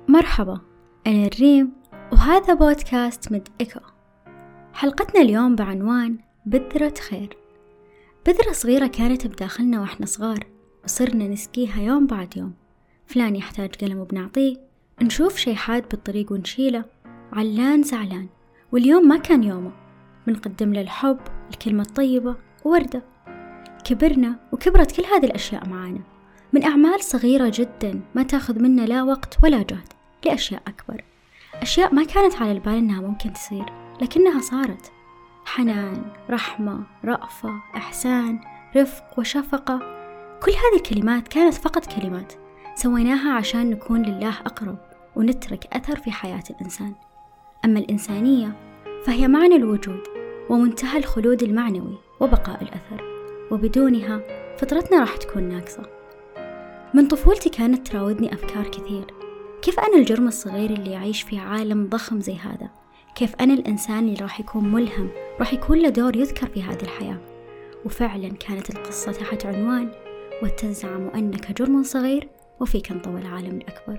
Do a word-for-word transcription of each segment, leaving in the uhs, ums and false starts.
مرحبا، أنا الريم وهذا بودكاست مد إيكو. حلقتنا اليوم بعنوان بذرة خير. بذرة صغيرة كانت بداخلنا وإحنا صغار وصرنا نسقيها يوم بعد يوم. فلان يحتاج قلم وبنعطيه، نشوف شي حاد بالطريق ونشيله، علان زعلان واليوم ما كان يومه، بنقدم له الحب، الكلمة الطيبة ووردة. كبرنا وكبرت كل هذه الأشياء معانا، من أعمال صغيرة جدا ما تاخذ منا لا وقت ولا جهد لأشياء أكبر، أشياء ما كانت على البال إنها ممكن تصير لكنها صارت. حنان، رحمة، رأفة، إحسان، رفق وشفقة، كل هذه الكلمات كانت فقط كلمات سويناها عشان نكون لله أقرب ونترك أثر في حياة الإنسان. أما الإنسانية فهي معنى الوجود ومنتهى الخلود المعنوي وبقاء الأثر، وبدونها فطرتنا راح تكون ناقصة. من طفولتي كانت تراودني أفكار كثير، كيف أنا الجرم الصغير اللي يعيش في عالم ضخم زي هذا؟ كيف أنا الإنسان اللي راح يكون ملهم، راح يكون له دور يذكر في هذه الحياة؟ وفعلا كانت القصة تحت عنوان وتزعم أنك جرم صغير وفيك انطوى العالم الأكبر.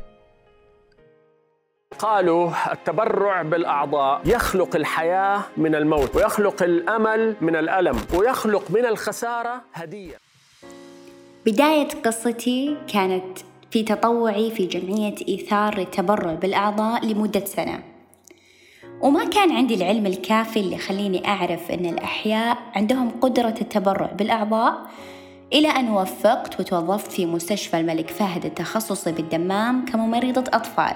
قالوا التبرع بالأعضاء يخلق الحياة من الموت، ويخلق الأمل من الألم، ويخلق من الخسارة هدية. بداية قصتي كانت في تطوعي في جمعية إيثار للتبرع بالأعضاء لمدة سنة، وما كان عندي العلم الكافي اللي خليني أعرف أن الأحياء عندهم قدرة التبرع بالأعضاء، إلى أن وفقت وتوظفت في مستشفى الملك فهد التخصصي بالدمام كممرضة أطفال.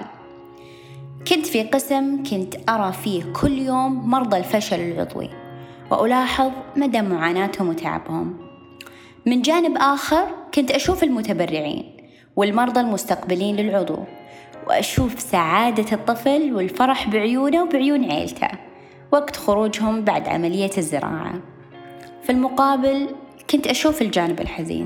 كنت في قسم كنت أرى فيه كل يوم مرضى الفشل العضوي، وألاحظ مدى معاناتهم وتعبهم. من جانب آخر كنت أشوف المتبرعين والمرضى المستقبلين للعضو، وأشوف سعادة الطفل والفرح بعيونه وبعيون عيلته وقت خروجهم بعد عملية الزراعة. في المقابل كنت أشوف الجانب الحزين،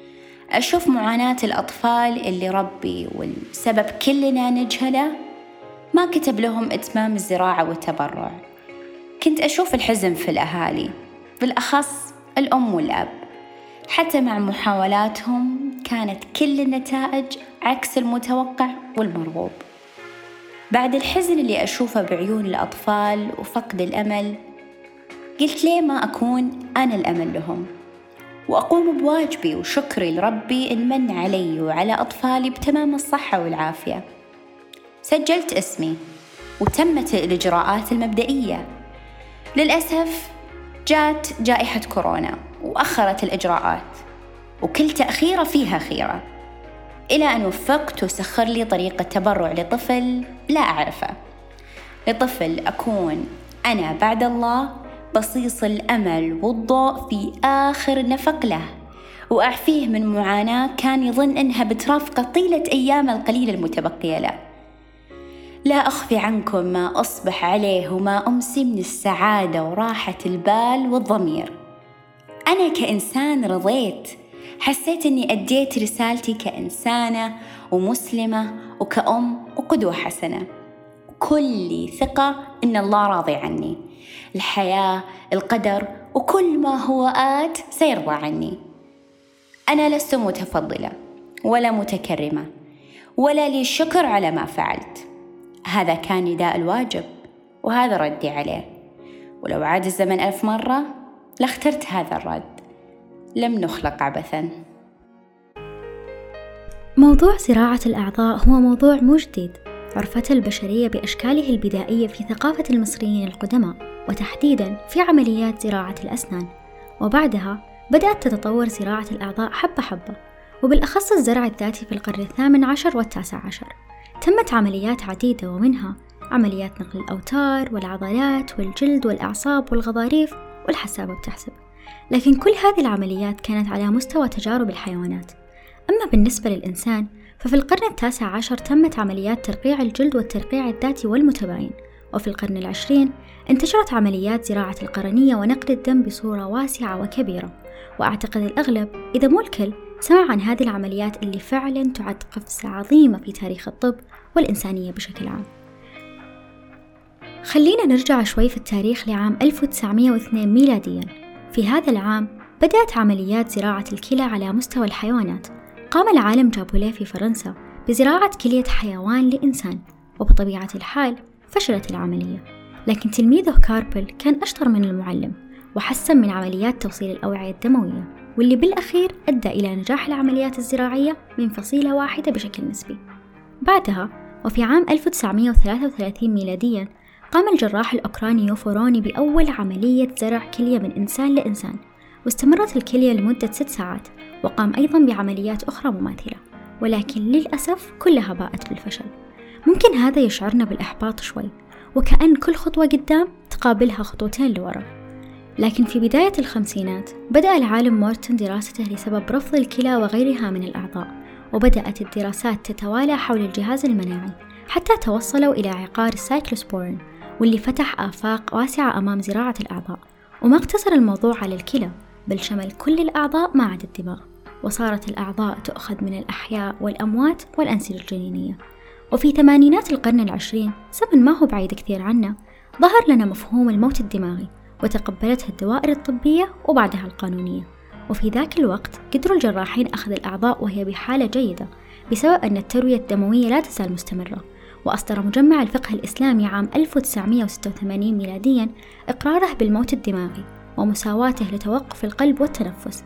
أشوف معاناة الأطفال اللي ربي والسبب كلنا نجهله ما كتب لهم إتمام الزراعة والتبرع. كنت أشوف الحزن في الأهالي، بالأخص الأم والأب، حتى مع محاولاتهم كانت كل النتائج عكس المتوقع والمرغوب. بعد الحزن اللي أشوفه بعيون الأطفال وفقد الأمل، قلت ليه ما أكون أنا الأمل لهم، وأقوم بواجبي وشكري لربي إن من علي وعلى أطفالي بتمام الصحة والعافية. سجلت اسمي وتمت الإجراءات المبدئية. للأسف جاءت جائحة كورونا وأخرت الإجراءات، وكل تأخيرة فيها خيرة، إلى أن وفقت وسخر لي طريقة تبرع لطفل لا أعرفه، لطفل أكون أنا بعد الله بصيص الأمل والضوء في آخر نفق له، وأعفيه من معاناة كان يظن أنها بترافقه طيلة أيام القليلة المتبقية له. لا أخفي عنكم ما أصبح عليه وما أمسي من السعادة وراحة البال والضمير. أنا كإنسان رضيت، حسيت أني أديت رسالتي كإنسانة ومسلمة وكأم وقدوة حسنة، كل ثقة أن الله راضي عني، الحياة، القدر، وكل ما هو آت سيرضى عني. أنا لست متفضلة ولا متكرمة ولا لي شكر على ما فعلت، هذا كان نداء الواجب وهذا ردي عليه، ولو عاد الزمن ألف مرة لاخترت هذا الرد. لم نخلق عبثاً. موضوع زراعة الأعضاء هو موضوع مو جديد، عرفته البشرية بأشكاله البدائية في ثقافة المصريين القدماء، وتحديداً في عمليات زراعة الأسنان، وبعدها بدأت تتطور زراعة الأعضاء حبة حبة، وبالأخص الزرع الذاتي في القرن الثامن عشر والتاسع عشر. تمت عمليات عديدة، ومنها عمليات نقل الأوتار والعضلات والجلد والأعصاب والغضاريف والحسابة بتحسب، لكن كل هذه العمليات كانت على مستوى تجارب الحيوانات. أما بالنسبة للإنسان ففي القرن التاسع عشر تمت عمليات ترقيع الجلد والترقيع الذاتي والمتباين، وفي القرن العشرين انتشرت عمليات زراعة القرنية ونقل الدم بصورة واسعة وكبيرة، وأعتقد الأغلب إذا مو الكل سمع عن هذه العمليات اللي فعلا تعد قفزة عظيمة في تاريخ الطب والإنسانية بشكل عام. خلينا نرجع شوي في التاريخ لعام ألف وتسعمائة واثنين ميلاديا. في هذا العام بدأت عمليات زراعة الكلى على مستوى الحيوانات. قام العالم جابوليه في فرنسا بزراعة كلية حيوان لإنسان، وبطبيعة الحال فشلت العملية. لكن تلميذه كاربل كان أشطر من المعلم، وحسن من عمليات توصيل الأوعية الدموية، واللي بالأخير أدى إلى نجاح العمليات الزراعية من فصيلة واحدة بشكل نسبي. بعدها وفي عام ألف وتسعمائة وثلاثة وثلاثين ميلادياً قام الجراح الأوكراني يوفوروني بأول عملية زرع كلية من إنسان لإنسان، واستمرت الكلية لمدة ست ساعات، وقام أيضاً بعمليات أخرى مماثلة، ولكن للأسف كلها باءت بالفشل. ممكن هذا يشعرنا بالإحباط شوي، وكأن كل خطوة قدام تقابلها خطوتين لورا. لكن في بداية الخمسينات بدأ العالم مورتون دراسته لسبب رفض الكلى وغيرها من الأعضاء، وبدأت الدراسات تتوالى حول الجهاز المناعي حتى توصلوا إلى عقار السايكلوسبورين، واللي فتح آفاق واسعة أمام زراعة الأعضاء. وما اقتصر الموضوع على الكلى، بل شمل كل الأعضاء ما عدا الدماغ، وصارت الأعضاء تؤخذ من الأحياء والأموات والأنسجة الجنينية. وفي ثمانينات القرن العشرين، زمن ما هو بعيد كثير عنا، ظهر لنا مفهوم الموت الدماغي، وتقبلتها الدوائر الطبية وبعدها القانونية. وفي ذاك الوقت قدروا الجراحين أخذ الأعضاء وهي بحالة جيدة، بسبب أن التروية الدموية لا تزال مستمرة. وأصدر مجمع الفقه الإسلامي عام ألف وتسعمائة وستة وثمانين ميلادياً إقراره بالموت الدماغي ومساواته لتوقف القلب والتنفس.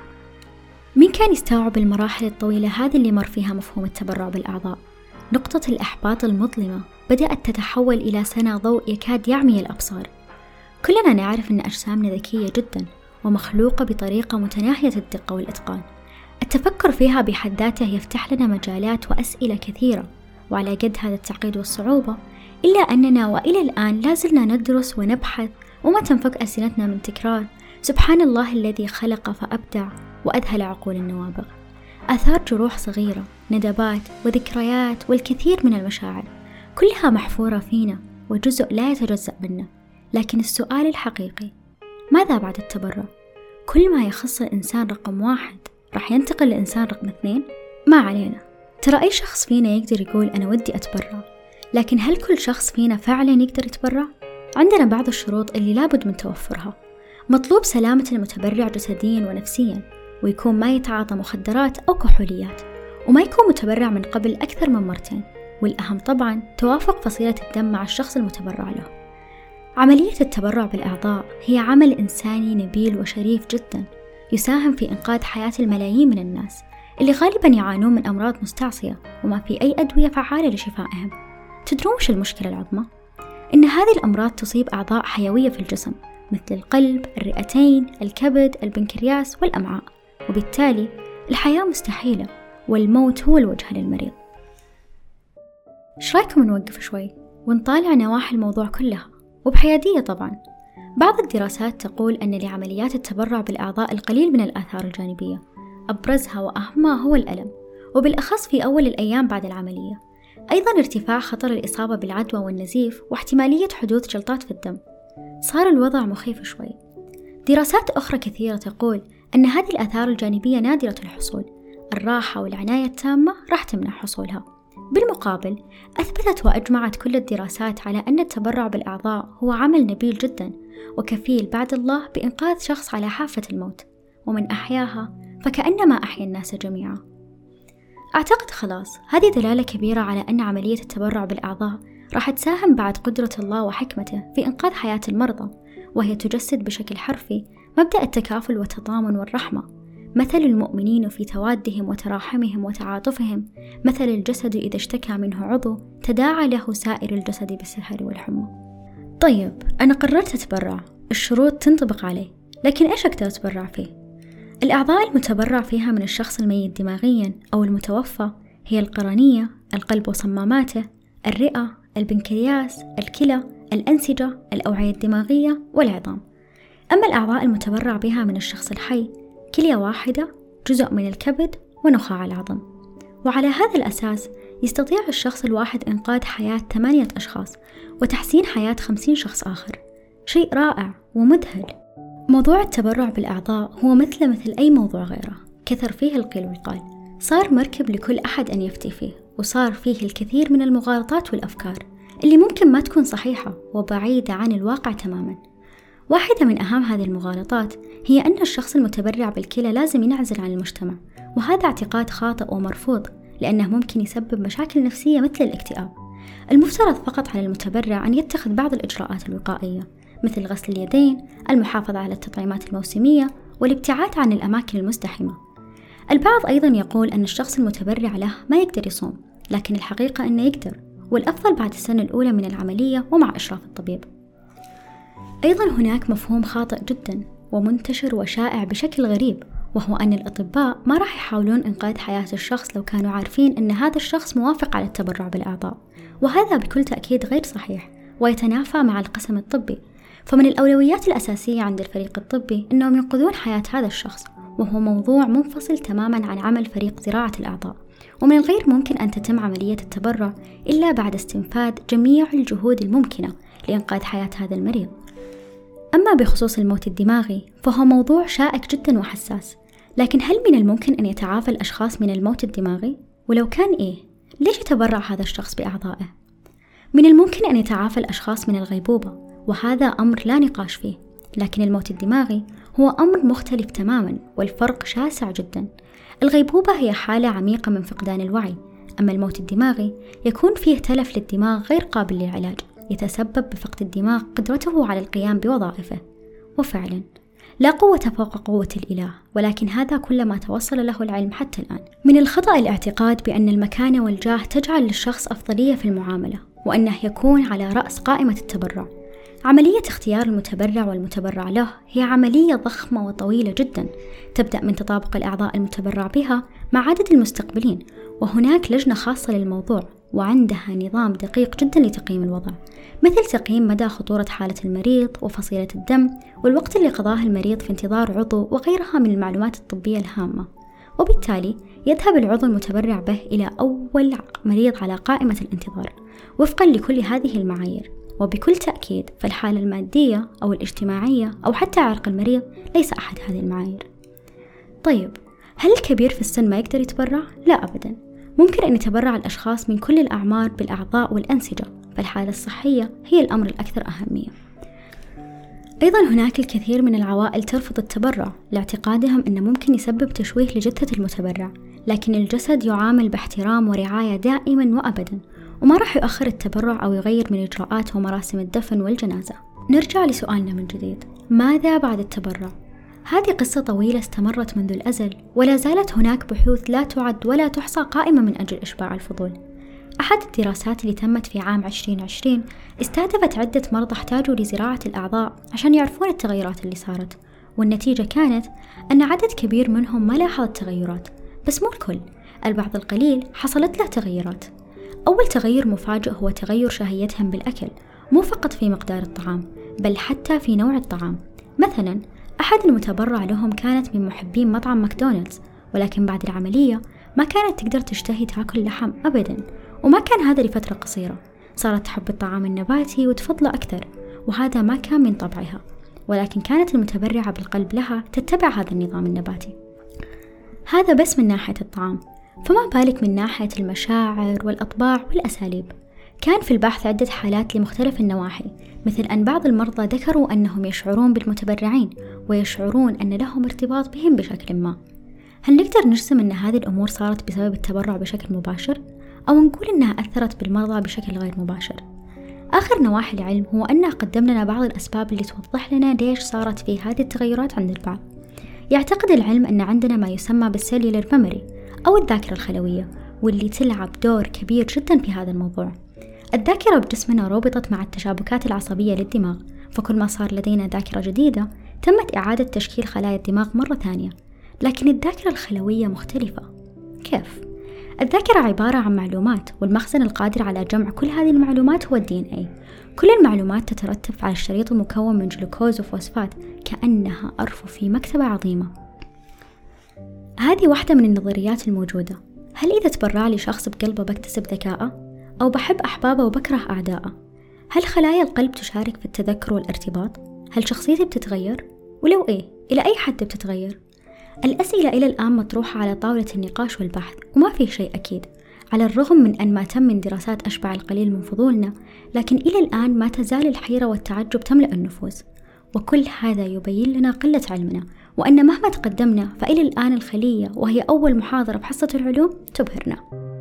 مين كان يستوعب المراحل الطويلة هذه اللي مر فيها مفهوم التبرع بالأعضاء؟ نقطة الإحباط المظلمة بدأت تتحول إلى سنة ضوء يكاد يعمي الأبصار. كلنا نعرف أن أجسامنا ذكية جداً ومخلوقة بطريقة متناهية الدقة والإتقان. التفكر فيها بحد ذاته يفتح لنا مجالات وأسئلة كثيرة، وعلى قد هذا التعقيد والصعوبة إلا أننا وإلى الآن لازلنا ندرس ونبحث، وما تنفك ألسنتنا من تكرار سبحان الله الذي خلق فأبدع وأذهل عقول النوابغ. آثار جروح صغيرة، ندبات وذكريات والكثير من المشاعر، كلها محفورة فينا وجزء لا يتجزأ منا. لكن السؤال الحقيقي، ماذا بعد التبرع؟ كل ما يخص الإنسان رقم واحد راح ينتقل لإنسان رقم اثنين؟ ما علينا. ترى أي شخص فينا يقدر يقول أنا ودي أتبرع، لكن هل كل شخص فينا فعلا يقدر يتبرع؟ عندنا بعض الشروط اللي لابد من توفرها. مطلوب سلامة المتبرع جسديا ونفسيا، ويكون ما يتعاطى مخدرات أو كحوليات، وما يكون متبرع من قبل أكثر من مرتين، والأهم طبعا توافق فصيلة الدم مع الشخص المتبرع له. عملية التبرع بالأعضاء هي عمل إنساني نبيل وشريف جدا، يساهم في إنقاذ حياة الملايين من الناس اللي غالبا يعانون من أمراض مستعصية وما في أي أدوية فعالة لشفائهم. تدرون وش المشكلة العظمى؟ إن هذه الأمراض تصيب أعضاء حيوية في الجسم مثل القلب، الرئتين، الكبد، البنكرياس والأمعاء، وبالتالي الحياة مستحيلة والموت هو الوجهة للمريض. إيش رأيكم نوقف شوي ونطالع نواحي الموضوع كلها وبحيادية طبعا؟ بعض الدراسات تقول أن لعمليات التبرع بالأعضاء القليل من الآثار الجانبية، أبرزها وأهمها هو الألم، وبالأخص في أول الأيام بعد العملية. أيضا ارتفاع خطر الإصابة بالعدوى والنزيف واحتمالية حدوث جلطات في الدم. صار الوضع مخيف شوي. دراسات أخرى كثيرة تقول أن هذه الآثار الجانبية نادرة الحصول، الراحة والعناية التامة راح تمنع حصولها. بالمقابل، أثبتت وأجمعت كل الدراسات على أن التبرع بالأعضاء هو عمل نبيل جدا وكفيل بعد الله بإنقاذ شخص على حافة الموت، ومن أحياها فكأنما أحيا الناس جميعا. أعتقد خلاص هذه دلالة كبيرة على أن عملية التبرع بالأعضاء راح تساهم بعد قدرة الله وحكمته في إنقاذ حياة المرضى، وهي تجسد بشكل حرفي مبدأ التكافل والتضامن والرحمة. مثل المؤمنين في توادهم وتراحمهم وتعاطفهم، مثل الجسد إذا اشتكى منه عضو تداعى له سائر الجسد بالسهر والحمى. طيب أنا قررت أتبرع، الشروط تنطبق علي، لكن إيش أقدر أتبرع فيه؟ الأعضاء المتبرع فيها من الشخص الميت دماغيا أو المتوفى هي القرنية، القلب وصماماته، الرئة، البنكرياس، الكلى، الأنسجة، الأوعية الدماغية والعظام. أما الأعضاء المتبرع بها من الشخص الحي، كلية واحدة، جزء من الكبد، ونخاع العظم. وعلى هذا الأساس يستطيع الشخص الواحد إنقاذ حياة ثمانية أشخاص وتحسين حياة خمسين شخص آخر. شيء رائع ومذهل. موضوع التبرع بالأعضاء هو مثل مثل أي موضوع غيره، كثر فيه القيل والقال، صار مركب لكل أحد أن يفتي فيه، وصار فيه الكثير من المغالطات والأفكار اللي ممكن ما تكون صحيحة وبعيدة عن الواقع تماما. واحدة من أهم هذه المغالطات هي أن الشخص المتبرع بالكلى لازم ينعزل عن المجتمع، وهذا اعتقاد خاطئ ومرفوض، لأنه ممكن يسبب مشاكل نفسية مثل الاكتئاب. المفترض فقط على المتبرع أن يتخذ بعض الإجراءات الوقائية مثل غسل اليدين، المحافظة على التطعيمات الموسمية، والابتعاد عن الأماكن المزدحمة. البعض أيضا يقول أن الشخص المتبرع له ما يقدر يصوم، لكن الحقيقة أنه يقدر، والأفضل بعد السنة الأولى من العملية ومع إشراف الطبيب. أيضا هناك مفهوم خاطئ جدا ومنتشر وشائع بشكل غريب، وهو أن الأطباء ما راح يحاولون إنقاذ حياة الشخص لو كانوا عارفين أن هذا الشخص موافق على التبرع بالأعضاء، وهذا بكل تأكيد غير صحيح ويتنافى مع القسم الطبي. فمن الأولويات الأساسية عند الفريق الطبي أنهم ينقذون حياة هذا الشخص، وهو موضوع منفصل تماما عن عمل فريق زراعة الأعضاء. ومن الغير ممكن أن تتم عملية التبرع إلا بعد استنفاذ جميع الجهود الممكنة لإنقاذ حياة هذا المريض. أما بخصوص الموت الدماغي فهو موضوع شائك جدا وحساس، لكن هل من الممكن أن يتعافى الأشخاص من الموت الدماغي؟ ولو كان إيه، ليش يتبرع هذا الشخص بأعضائه؟ من الممكن أن يتعافى الأشخاص من الغيبوبة، وهذا أمر لا نقاش فيه، لكن الموت الدماغي هو أمر مختلف تماما، والفرق شاسع جدا. الغيبوبة هي حالة عميقة من فقدان الوعي، أما الموت الدماغي يكون فيه تلف للدماغ غير قابل للعلاج، يتسبب بفقد الدماغ قدرته على القيام بوظائفه. وفعلا لا قوة فوق قوة الإله، ولكن هذا كل ما توصل له العلم حتى الآن. من الخطأ الاعتقاد بأن المكانة والجاه تجعل للشخص أفضلية في المعاملة، وأنه يكون على رأس قائمة التبرع. عملية اختيار المتبرع والمتبرع له هي عملية ضخمة وطويلة جدا، تبدأ من تطابق الأعضاء المتبرع بها مع عدد المستقبلين، وهناك لجنة خاصة للموضوع وعندها نظام دقيق جدا لتقييم الوضع، مثل تقييم مدى خطورة حالة المريض وفصيلة الدم والوقت اللي قضاه المريض في انتظار عضو وغيرها من المعلومات الطبية الهامة. وبالتالي يذهب العضو المتبرع به إلى أول مريض على قائمة الانتظار وفقا لكل هذه المعايير. وبكل تأكيد فالحالة المادية أو الاجتماعية أو حتى عرق المريض ليس أحد هذه المعايير. طيب، هل الكبير في السن ما يقدر يتبرع؟ لا أبدا، ممكن أن يتبرع الأشخاص من كل الأعمار بالأعضاء والأنسجة، فالحالة الصحية هي الأمر الأكثر أهمية. أيضا هناك الكثير من العوائل ترفض التبرع لاعتقادهم أنه ممكن يسبب تشويه لجثة المتبرع، لكن الجسد يعامل باحترام ورعاية دائما وأبدا، وما راح يؤخر التبرع أو يغير من إجراءات ومراسم الدفن والجنازة. نرجع لسؤالنا من جديد، ماذا بعد التبرع؟ هذه قصة طويلة استمرت منذ الأزل، ولا زالت هناك بحوث لا تعد ولا تحصى قائمة من أجل إشباع الفضول. أحد الدراسات اللي تمت في عام عشرين عشرين استهدفت عدة مرضى احتاجوا لزراعة الأعضاء عشان يعرفون التغيرات اللي صارت، والنتيجة كانت أن عدد كبير منهم ما لاحظ التغيرات، بس مو الكل، البعض القليل حصلت له تغيرات. أول تغير مفاجئ هو تغير شهيتهم بالأكل، مو فقط في مقدار الطعام بل حتى في نوع الطعام. مثلا أحد المتبرع لهم كانت من محبين مطعم ماكدونالدز، ولكن بعد العملية ما كانت تقدر تشتهي تاكل لحم أبدا، وما كان هذا لفترة قصيرة، صارت تحب الطعام النباتي وتفضله أكثر، وهذا ما كان من طبعها، ولكن كانت المتبرعة بالقلب لها تتبع هذا النظام النباتي. هذا بس من ناحية الطعام، فما بالك من ناحية المشاعر والأطباع والأساليب. كان في البحث عدة حالات لمختلف النواحي، مثل أن بعض المرضى ذكروا أنهم يشعرون بالمتبرعين ويشعرون أن لهم ارتباط بهم بشكل ما. هل نقدر نجزم أن هذه الأمور صارت بسبب التبرع بشكل مباشر؟ أو نقول أنها أثرت بالمرضى بشكل غير مباشر؟ آخر نواحي العلم هو أنه قدم لنا بعض الأسباب اللي توضح لنا ليش صارت في هذه التغيرات عند البعض. يعتقد العلم أن عندنا ما يسمى بالسيلولر ميموري أو الذاكرة الخلوية، واللي تلعب دور كبير جدا في هذا الموضوع. الذاكرة بجسمنا ربطت مع التشابكات العصبية للدماغ، فكل ما صار لدينا ذاكرة جديدة تمت إعادة تشكيل خلايا الدماغ مرة ثانية. لكن الذاكرة الخلوية مختلفة. كيف؟ الذاكرة عبارة عن معلومات، والمخزن القادر على جمع كل هذه المعلومات هو الدي إن إيه. كل المعلومات تترتب على الشريط المكون من جلوكوز وفوسفات، كأنها أرفف في مكتبة عظيمة. هذه واحدة من النظريات الموجودة. هل إذا تبرع لي شخص بقلبه بكتسب ذكاءه؟ أو بحب أحبابه وبكره أعداءه؟ هل خلايا القلب تشارك في التذكر والارتباط؟ هل شخصيتي بتتغير؟ ولو إيه، إلى أي حد بتتغير؟ الأسئلة إلى الآن مطروحة على طاولة النقاش والبحث، وما في شيء أكيد، على الرغم من أن ما تم من دراسات أشبع القليل من فضولنا، لكن إلى الآن ما تزال الحيرة والتعجب تملأ النفوس. وكل هذا يبين لنا قلة علمنا، وأن مهما تقدمنا فإلى الآن الخلية، وهي أول محاضرة بحصة العلوم، تبهرنا.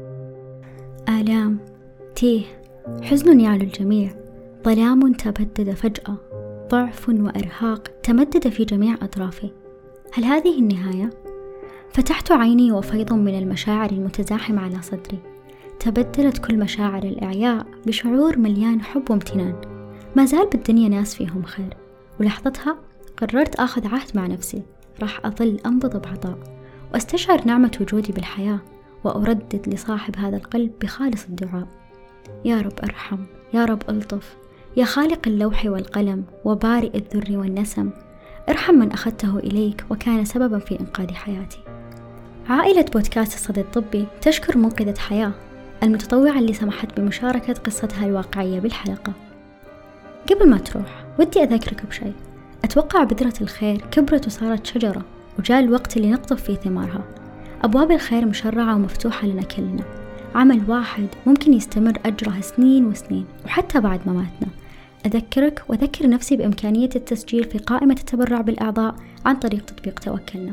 آلام، تيه، حزن يعلو الجميع، ظلام تبدد فجأة، ضعف وإرهاق تمدد في جميع أطرافي. هل هذه النهاية؟ فتحت عيني وفيض من المشاعر المتزاحم على صدري، تبدلت كل مشاعر الإعياء بشعور مليان حب وامتنان. ما زال بالدنيا ناس فيهم خير، ولحظتها قررت آخذ عهد مع نفسي، راح أظل أنبض بعطاء وأستشعر نعمة وجودي بالحياة، وأردد لصاحب هذا القلب بخالص الدعاء: يا رب أرحم، يا رب ألطف، يا خالق اللوح والقلم وبارئ الذر والنسم، ارحم من أخذته إليك وكان سببا في إنقاذ حياتي. عائلة بودكاست الصدى الطبي تشكر منقذة حياة المتطوعة اللي سمحت بمشاركة قصتها الواقعية بالحلقة. قبل ما تروح ودي أذكرك بشيء، أتوقع بذرة الخير كبرت وصارت شجرة، وجاء الوقت اللي نقطف فيه ثمارها. أبواب الخير مشرعة ومفتوحة لنا كلنا، عمل واحد ممكن يستمر أجره سنين وسنين وحتى بعد مماتنا. أذكرك وأذكر نفسي بإمكانية التسجيل في قائمة التبرع بالأعضاء عن طريق تطبيق توكلنا.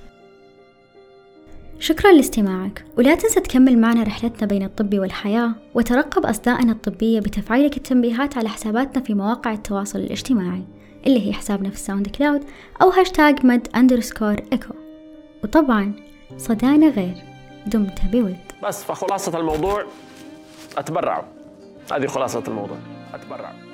شكرا لاستماعك، ولا تنسى تكمل معنا رحلتنا بين الطب والحياة، وترقب أصداءنا الطبية بتفعيلك التنبيهات على حساباتنا في مواقع التواصل الاجتماعي اللي هي حسابنا في الساوند كلاود أو هاشتاج مد أندرسكور إيكو. وطبعا صدانا غير، دمت بود. بس فخلاصة الموضوع أتبرعوا، هذه خلاصة الموضوع، أتبرعوا.